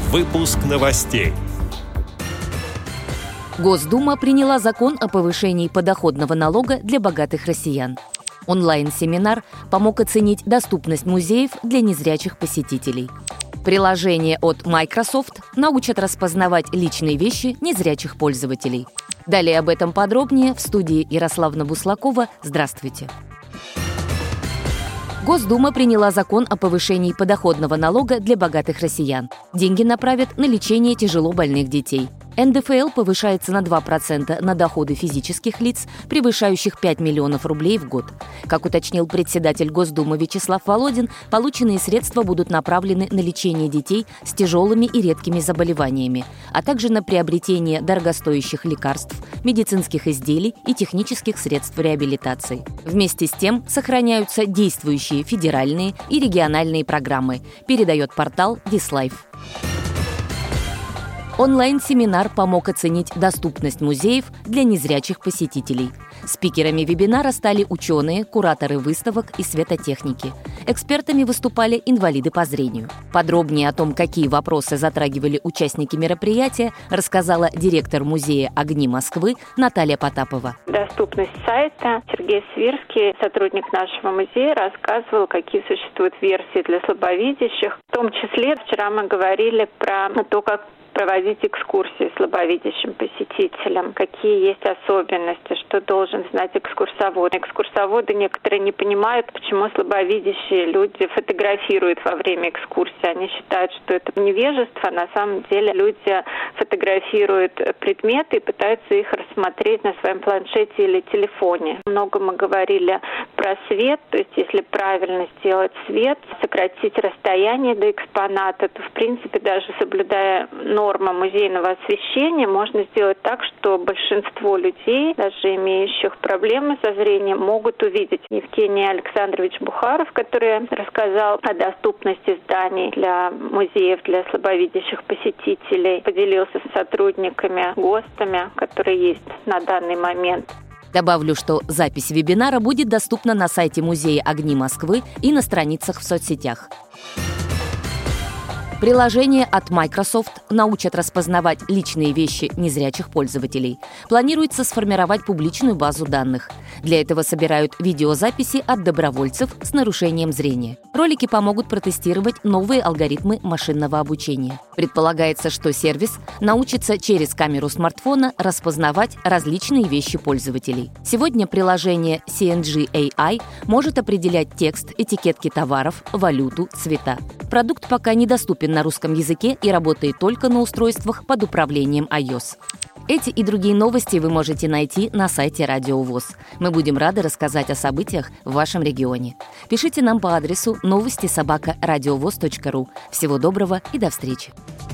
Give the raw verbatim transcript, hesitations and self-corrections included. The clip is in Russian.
Выпуск новостей. Госдума приняла закон о повышении подоходного налога для богатых россиян. Онлайн-семинар помог оценить доступность музеев для незрячих посетителей. Приложение от Microsoft научат распознавать личные вещи незрячих пользователей. Далее об этом подробнее в студии Ярославна Буслакова. Здравствуйте. Госдума приняла закон о повышении подоходного налога для богатых россиян. Деньги направят на лечение тяжело больных детей. эн дэ эф эл повышается на два процента на доходы физических лиц, превышающих пять миллионов рублей в год. Как уточнил председатель Госдумы Вячеслав Володин, полученные средства будут направлены на лечение детей с тяжелыми и редкими заболеваниями, а также на приобретение дорогостоящих лекарств, медицинских изделий и технических средств реабилитации. Вместе с тем сохраняются действующие федеральные и региональные программы, передает портал Вислайф. Онлайн-семинар помог оценить доступность музеев для незрячих посетителей. Спикерами вебинара стали ученые, кураторы выставок и светотехники. Экспертами выступали инвалиды по зрению. Подробнее о том, какие вопросы затрагивали участники мероприятия, рассказала директор музея «Огни Москвы» Наталья Потапова. Доступность сайта. Сергей Свирский, сотрудник нашего музея, рассказывал, какие существуют версии для слабовидящих. В том числе вчера мы говорили про то, как проводить экскурсии слабовидящим посетителям, какие есть особенности, что должен знать экскурсовод. Экскурсоводы некоторые не понимают, почему слабовидящие люди фотографируют во время экскурсии. Они считают, что это невежество. На самом деле люди фотографируют предметы и пытаются их рассмотреть на своем планшете или телефоне. Много мы говорили про свет, то есть если правильно сделать свет, сократить расстояние до экспоната, то в принципе даже соблюдая норма музейного освещения, можно сделать так, что большинство людей, даже имеющих проблемы со зрением, могут увидеть. Евгений Александрович Бухаров, который рассказал о доступности зданий для музеев для слабовидящих посетителей, поделился с сотрудниками, ГОСТами, которые есть на данный момент. Добавлю, что запись вебинара будет доступна на сайте музея «Огни Москвы» и на страницах в соцсетях. Приложение от Microsoft научат распознавать личные вещи незрячих пользователей. Планируется сформировать публичную базу данных. Для этого собирают видеозаписи от добровольцев с нарушением зрения. Ролики помогут протестировать новые алгоритмы машинного обучения. Предполагается, что сервис научится через камеру смартфона распознавать различные вещи пользователей. Сегодня приложение си эн джи эй ай может определять текст, этикетки товаров, валюту, цвета. Продукт пока недоступен на русском языке и работает только на устройствах под управлением iOS. Эти и другие новости вы можете найти на сайте Радио ВОС. Мы будем рады рассказать о событиях в вашем регионе. Пишите нам по адресу новости собака радиовос точка ру. Всего доброго и до встречи!